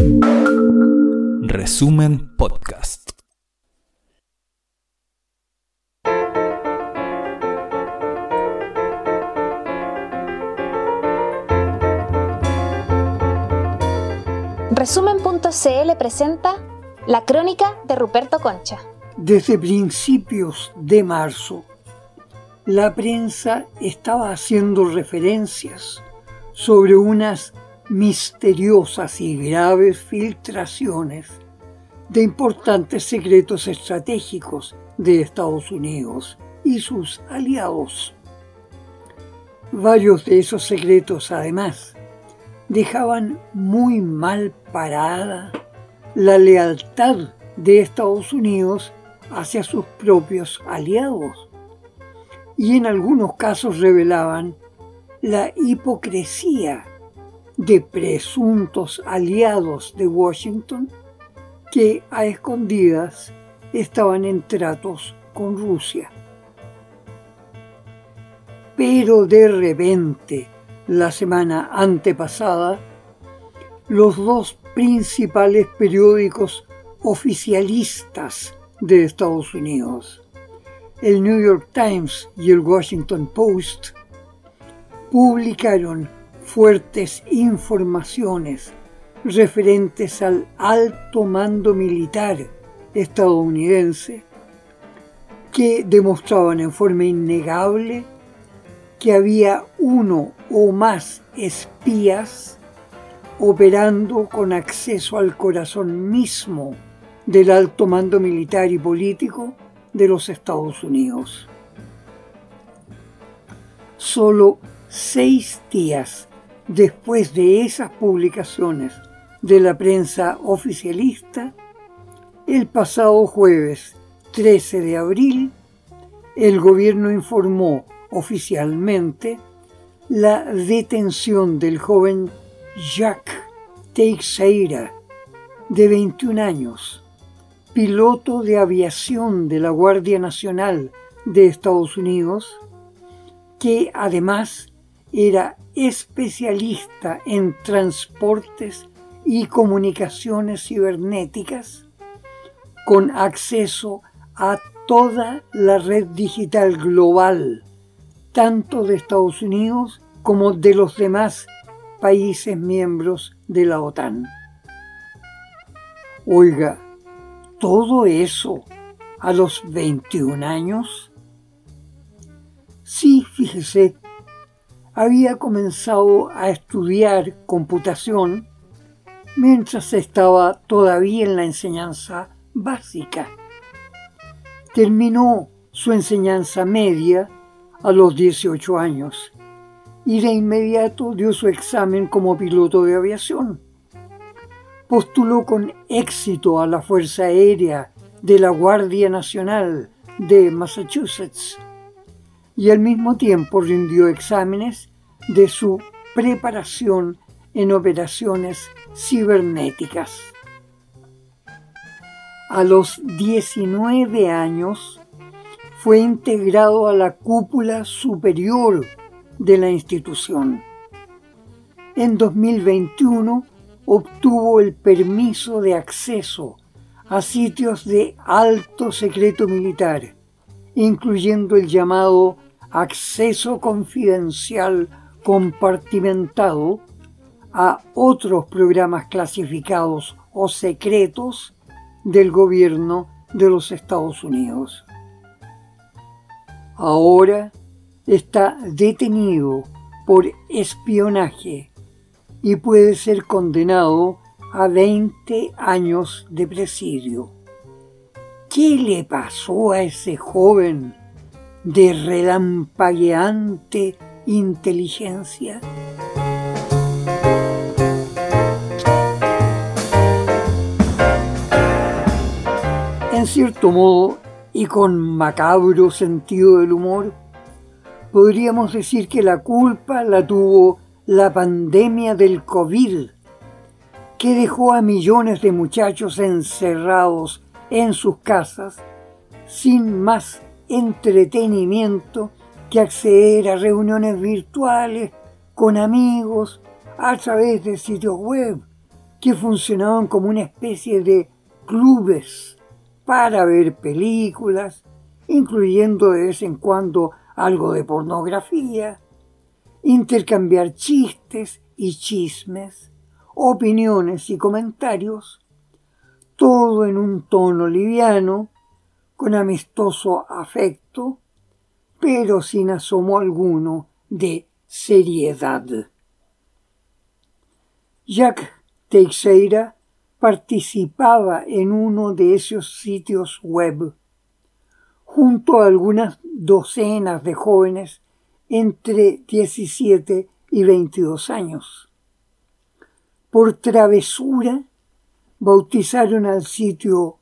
Resumen Podcast. Resumen.cl presenta La Crónica de Ruperto Concha. Desde principios de marzo, la prensa estaba haciendo referencias sobre unas misteriosas y graves filtraciones de importantes secretos estratégicos de Estados Unidos y sus aliados. Varios de esos secretos, además, dejaban muy mal parada la lealtad de Estados Unidos hacia sus propios aliados, y en algunos casos revelaban la hipocresía de presuntos aliados de Washington que a escondidas estaban en tratos con Rusia. Pero de repente, la semana antepasada, los dos principales periódicos oficialistas de Estados Unidos, el New York Times y el Washington Post, publicaron fuertes informaciones referentes al alto mando militar estadounidense que demostraban en forma innegable que había uno o más espías operando con acceso al corazón mismo del alto mando militar y político de los Estados Unidos. Solo 6 días después de esas publicaciones de la prensa oficialista, el pasado jueves 13 de abril, el gobierno informó oficialmente la detención del joven Jack Teixeira, de 21 años, piloto de aviación de la Guardia Nacional de Estados Unidos, que además era especialista en transportes y comunicaciones cibernéticas, con acceso a toda la red digital global, tanto de Estados Unidos como de los demás países miembros de la OTAN. Oiga, ¿todo eso a los 21 años? Sí, fíjese, había comenzado a estudiar computación mientras estaba todavía en la enseñanza básica. Terminó su enseñanza media a los 18 años y de inmediato dio su examen como piloto de aviación. Postuló con éxito a la Fuerza Aérea de la Guardia Nacional de Massachusetts y al mismo tiempo rindió exámenes de su preparación en operaciones cibernéticas. A los 19 años fue integrado a la cúpula superior de la institución. En 2021 obtuvo el permiso de acceso a sitios de alto secreto militar, incluyendo el llamado acceso confidencial compartimentado a otros programas clasificados o secretos del gobierno de los Estados Unidos. Ahora está detenido por espionaje y puede ser condenado a 20 años de presidio. ¿Qué le pasó a ese joven de relampagueante inteligencia? En cierto modo, y con macabro sentido del humor, podríamos decir que la culpa la tuvo la pandemia del COVID, que dejó a millones de muchachos encerrados en sus casas sin más entretenimiento que acceder a reuniones virtuales con amigos a través de sitios web que funcionaban como una especie de clubes para ver películas, incluyendo de vez en cuando algo de pornografía, intercambiar chistes y chismes, opiniones y comentarios, todo en un tono liviano, con amistoso afecto, pero sin asomo alguno de seriedad. Jack Teixeira participaba en uno de esos sitios web, junto a algunas docenas de jóvenes entre 17 y 22 años. Por travesura, bautizaron al sitio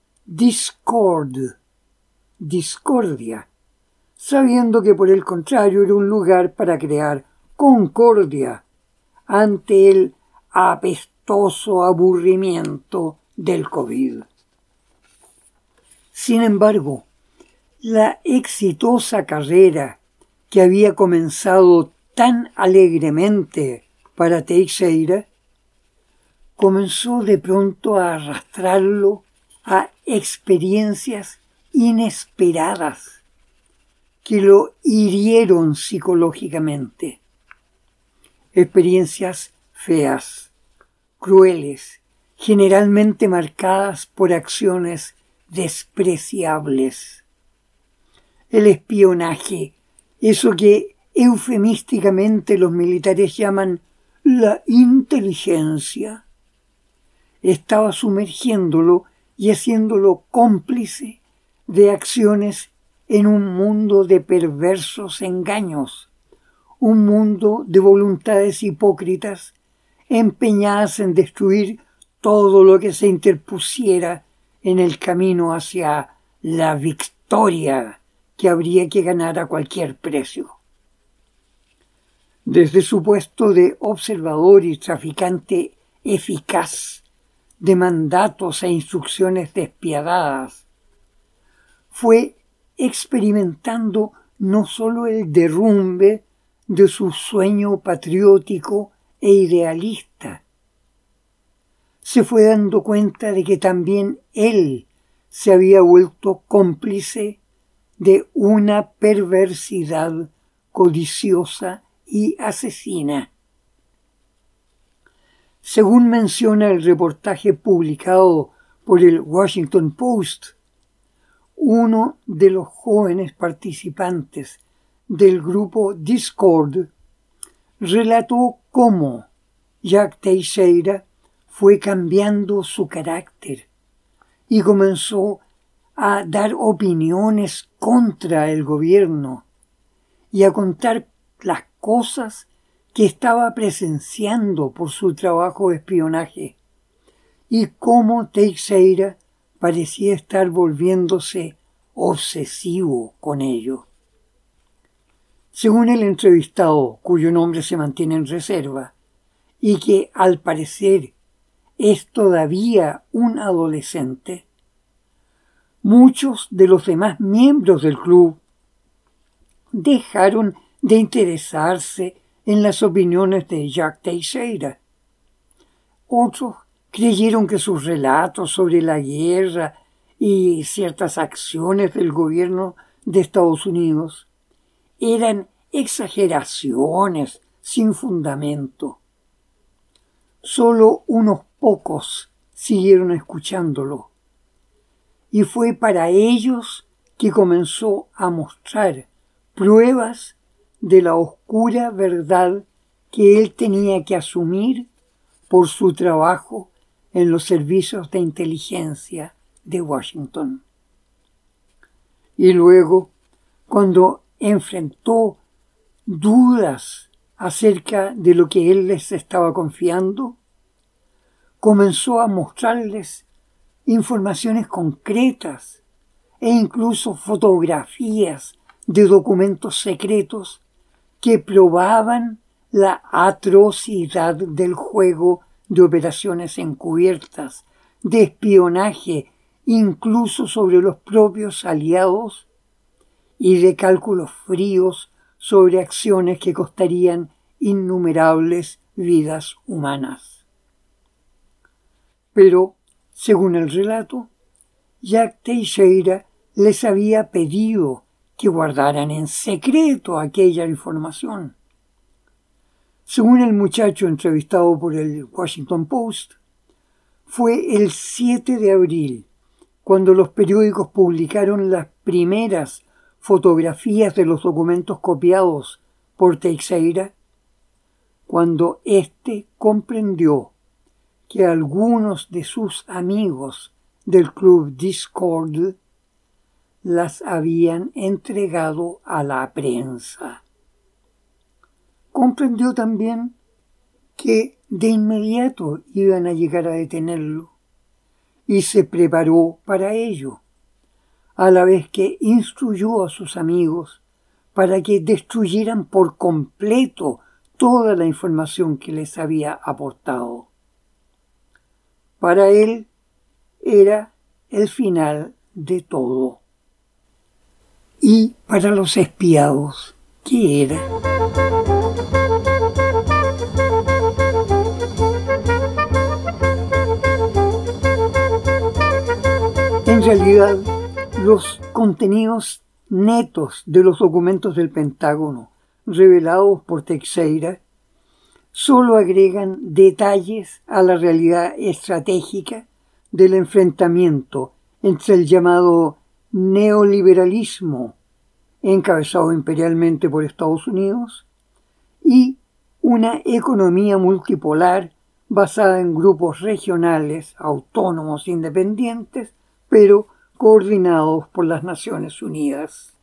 Discordia, sabiendo que por el contrario era un lugar para crear concordia ante el apestoso aburrimiento del COVID. Sin embargo, la exitosa carrera que había comenzado tan alegremente para Teixeira comenzó de pronto a arrastrarlo a experiencias inesperadas que lo hirieron psicológicamente. Experiencias feas, crueles, generalmente marcadas por acciones despreciables. El espionaje, eso que eufemísticamente los militares llaman la inteligencia, estaba sumergiéndolo y haciéndolo cómplice de acciones en un mundo de perversos engaños, un mundo de voluntades hipócritas empeñadas en destruir todo lo que se interpusiera en el camino hacia la victoria que habría que ganar a cualquier precio. Desde su puesto de observador y traficante eficaz de mandatos e instrucciones despiadadas, fue experimentando no solo el derrumbe de su sueño patriótico e idealista, se fue dando cuenta de que también él se había vuelto cómplice de una perversidad codiciosa y asesina. Según menciona el reportaje publicado por el Washington Post, uno de los jóvenes participantes del grupo Discord relató cómo Jack Teixeira fue cambiando su carácter y comenzó a dar opiniones contra el gobierno y a contar las cosas que estaba presenciando por su trabajo de espionaje y cómo Teixeira parecía estar volviéndose obsesivo con ello. Según el entrevistado, cuyo nombre se mantiene en reserva, y que al parecer es todavía un adolescente, muchos de los demás miembros del club dejaron de interesarse en las opiniones de Jack Teixeira. Otros creyeron que sus relatos sobre la guerra y ciertas acciones del gobierno de Estados Unidos eran exageraciones sin fundamento. Solo unos pocos siguieron escuchándolo, y fue para ellos que comenzó a mostrar pruebas de la oscura verdad que él tenía que asumir por su trabajo en los servicios de inteligencia de Washington. Y luego, cuando enfrentó dudas acerca de lo que él les estaba confiando, comenzó a mostrarles informaciones concretas e incluso fotografías de documentos secretos que probaban la atrocidad del juego de operaciones encubiertas, de espionaje, incluso sobre los propios aliados, y de cálculos fríos sobre acciones que costarían innumerables vidas humanas. Pero, según el relato, Jack Teixeira les había pedido que guardaran en secreto aquella información. Según el muchacho entrevistado por el Washington Post, fue el 7 de abril cuando los periódicos publicaron las primeras fotografías de los documentos copiados por Teixeira, cuando éste comprendió que algunos de sus amigos del club Discord las habían entregado a la prensa. Comprendió también que de inmediato iban a llegar a detenerlo y se preparó para ello, a la vez que instruyó a sus amigos para que destruyeran por completo toda la información que les había aportado. Para él era el final de todo. Y para los espiados, ¿qué era? En realidad, los contenidos netos de los documentos del Pentágono revelados por Teixeira solo agregan detalles a la realidad estratégica del enfrentamiento entre el llamado neoliberalismo, encabezado imperialmente por Estados Unidos, y una economía multipolar basada en grupos regionales, autónomos, independientes, pero coordinados por las Naciones Unidas.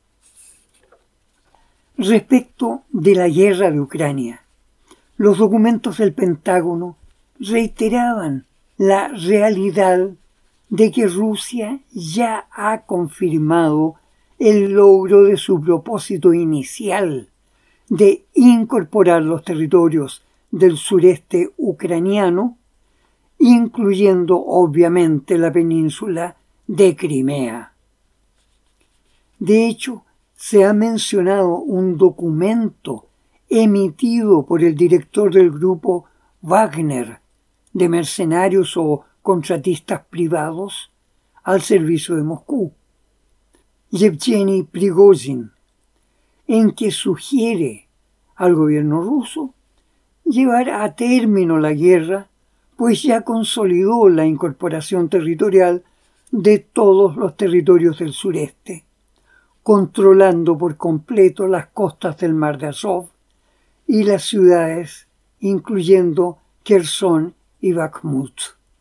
Respecto de la guerra de Ucrania, los documentos del Pentágono reiteraban la realidad de que Rusia ya ha confirmado el logro de su propósito inicial de incorporar los territorios del sureste ucraniano, incluyendo obviamente la península de Crimea. De hecho, se ha mencionado un documento emitido por el director del grupo Wagner, de mercenarios o contratistas privados al servicio de Moscú, Yevgeny Prigozhin, en que sugiere al gobierno ruso llevar a término la guerra, pues ya consolidó la incorporación territorial de todos los territorios del sureste, controlando por completo las costas del Mar de Azov y las ciudades, incluyendo Kherson y Bakhmut.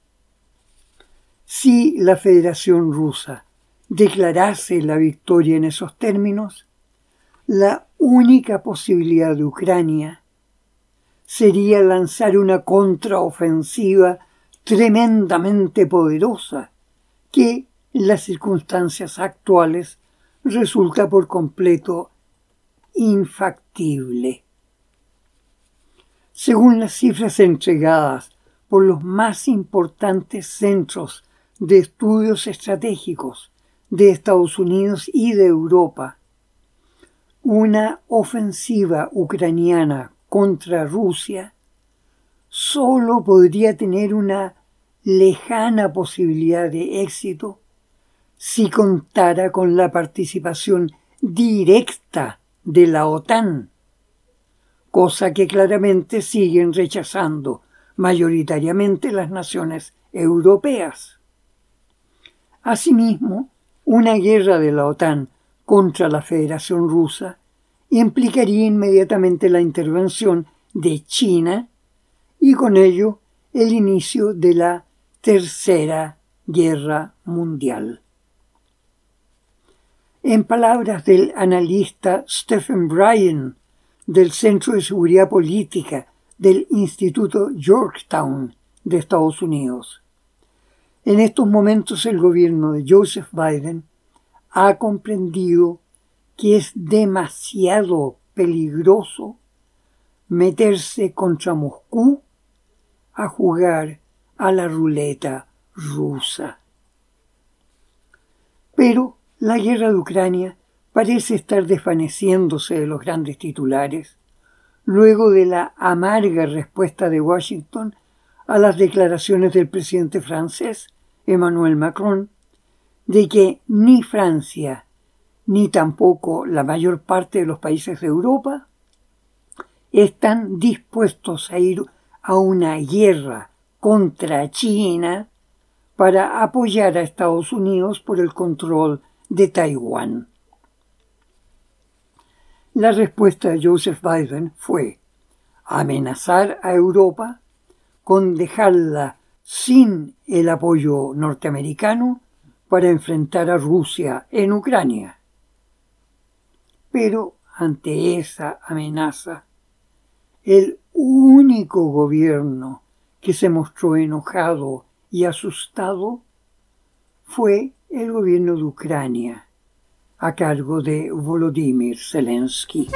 Si la Federación Rusa declarase la victoria en esos términos, la única posibilidad de Ucrania sería lanzar una contraofensiva tremendamente poderosa que, en las circunstancias actuales, resulta por completo infactible. Según las cifras entregadas por los más importantes centros de estudios estratégicos de Estados Unidos y de Europa, una ofensiva ucraniana contra Rusia solo podría tener una lejana posibilidad de éxito si contara con la participación directa de la OTAN, cosa que claramente siguen rechazando mayoritariamente las naciones europeas. Asimismo, una guerra de la OTAN contra la Federación Rusa implicaría inmediatamente la intervención de China y con ello el inicio de la Tercera Guerra Mundial. En palabras del analista Stephen Bryan del Centro de Seguridad Política del Instituto Georgetown de Estados Unidos, en estos momentos el gobierno de Joseph Biden ha comprendido que es demasiado peligroso meterse contra Moscú a jugar a la ruleta rusa. Pero la guerra de Ucrania parece estar desvaneciéndose de los grandes titulares luego de la amarga respuesta de Washington a las declaraciones del presidente francés, Emmanuel Macron, de que ni Francia ni tampoco la mayor parte de los países de Europa están dispuestos a ir a una guerra contra China para apoyar a Estados Unidos por el control de Taiwán. La respuesta de Joseph Biden fue amenazar a Europa con dejarla sin el apoyo norteamericano para enfrentar a Rusia en Ucrania. Pero ante esa amenaza, el único gobierno que se mostró enojado y asustado fue el gobierno de Ucrania, a cargo de Volodymyr Zelensky.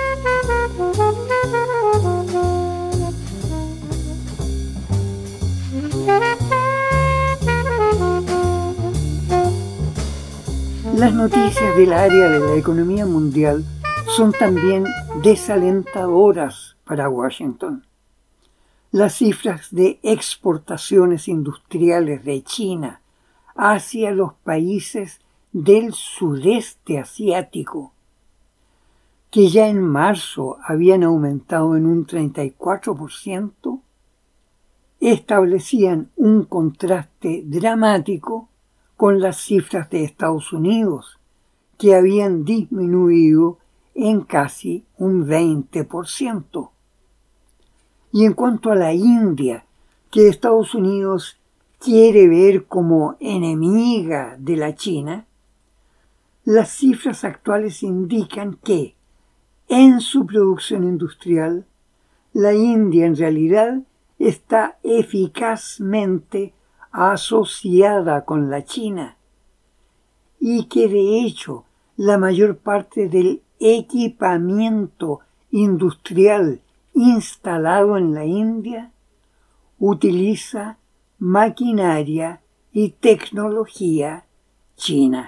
Las noticias del área de la economía mundial son también desalentadoras para Washington. Las cifras de exportaciones industriales de China hacia los países del sudeste asiático, que ya en marzo habían aumentado en un 34%, establecían un contraste dramático con las cifras de Estados Unidos, que habían disminuido en casi un 20%. Y en cuanto a la India, que Estados Unidos quiere ver como enemiga de la China, las cifras actuales indican que en su producción industrial, la India en realidad está eficazmente asociada con la China y que de hecho la mayor parte del equipamiento industrial instalado en la India utiliza maquinaria y tecnología china.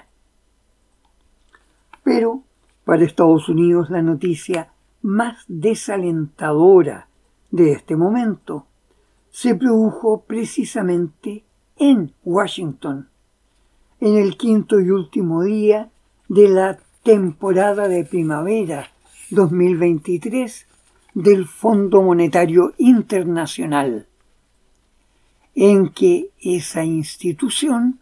Pero para Estados Unidos la noticia más desalentadora de este momento se produjo precisamente en Washington, en el quinto y último día de la temporada de primavera 2023 del Fondo Monetario Internacional, en que esa institución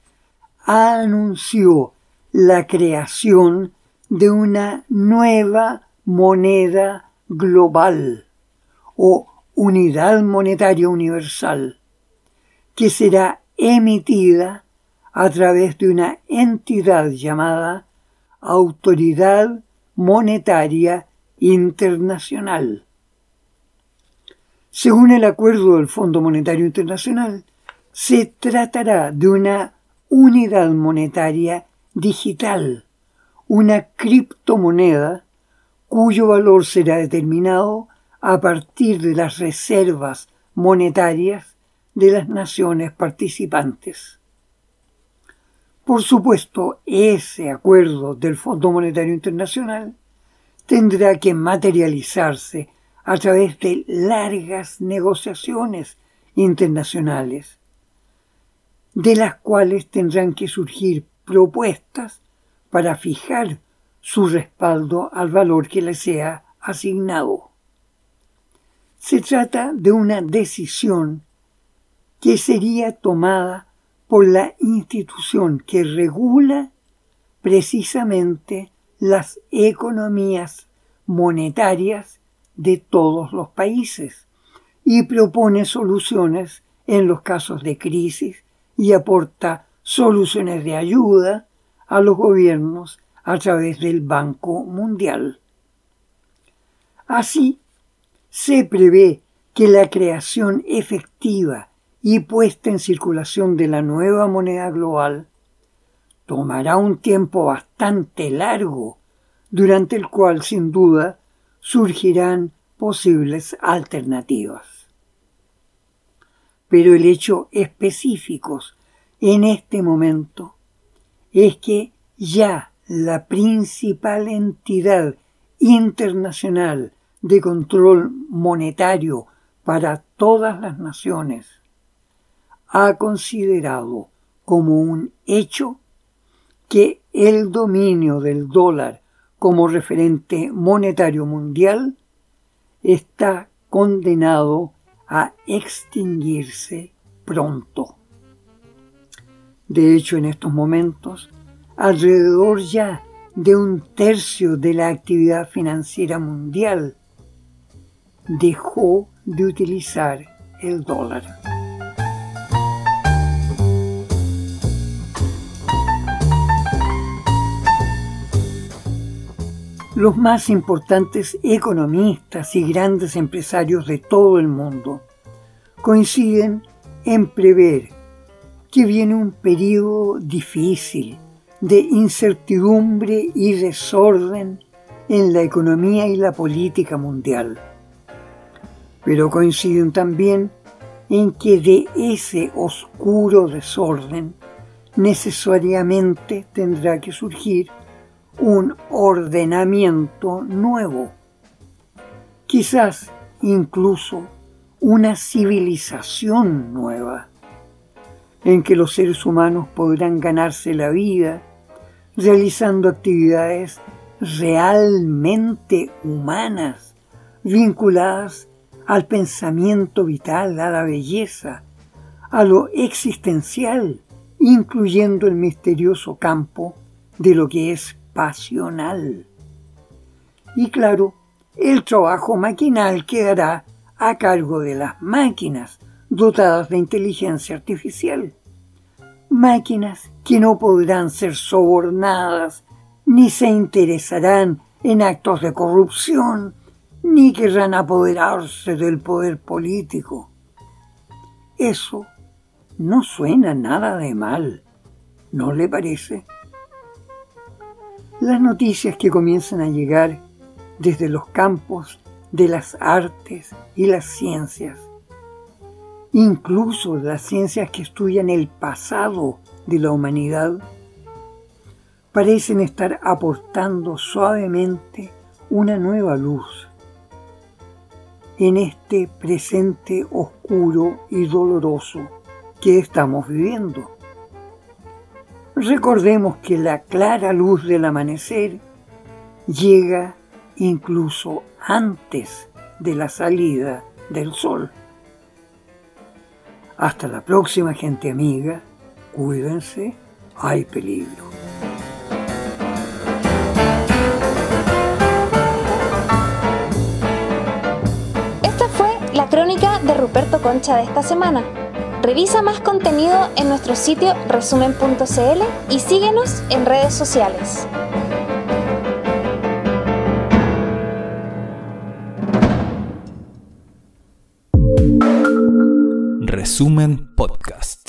anunció la creación de una nueva moneda global o unidad monetaria universal, que será emitida a través de una entidad llamada Autoridad Monetaria Internacional. Según el acuerdo del Fondo Monetario Internacional, se tratará de una unidad monetaria digital, una criptomoneda cuyo valor será determinado a partir de las reservas monetarias de las naciones participantes. Por supuesto, ese acuerdo del Fondo Monetario Internacional tendrá que materializarse a través de largas negociaciones internacionales, de las cuales tendrán que surgir propuestas para fijar su respaldo al valor que le sea asignado. Se trata de una decisión que sería tomada por la institución que regula precisamente las economías monetarias de todos los países y propone soluciones en los casos de crisis y aporta soluciones de ayuda a los gobiernos a través del Banco Mundial. Así, se prevé que la creación efectiva y puesta en circulación de la nueva moneda global tomará un tiempo bastante largo, durante el cual sin duda surgirán posibles alternativas. Pero el hecho específico en este momento es que ya la principal entidad internacional de control monetario para todas las naciones, ha considerado como un hecho que el dominio del dólar como referente monetario mundial está condenado a extinguirse pronto. De hecho, en estos momentos, alrededor ya de 1/3 de la actividad financiera mundial dejó de utilizar el dólar. Los más importantes economistas y grandes empresarios de todo el mundo coinciden en prever que viene un periodo difícil de incertidumbre y desorden en la economía y la política mundial. Pero coinciden también en que de ese oscuro desorden necesariamente tendrá que surgir un ordenamiento nuevo, quizás incluso una civilización nueva, en que los seres humanos podrán ganarse la vida realizando actividades realmente humanas, vinculadas al pensamiento vital, a la belleza, a lo existencial, incluyendo el misterioso campo de lo que es pasional. Y claro, el trabajo maquinal quedará a cargo de las máquinas dotadas de inteligencia artificial. Máquinas que no podrán ser sobornadas, ni se interesarán en actos de corrupción, ni querrán apoderarse del poder político. Eso no suena nada de mal, ¿no le parece? Las noticias que comienzan a llegar desde los campos de las artes y las ciencias, incluso las ciencias que estudian el pasado de la humanidad, parecen estar aportando suavemente una nueva luz en este presente oscuro y doloroso que estamos viviendo. Recordemos que la clara luz del amanecer llega incluso antes de la salida del sol. Hasta la próxima, gente amiga. Cuídense, hay peligro. Esta fue la crónica de Ruperto Concha de esta semana. Revisa más contenido en nuestro sitio resumen.cl y síguenos en redes sociales. Resumen Podcast.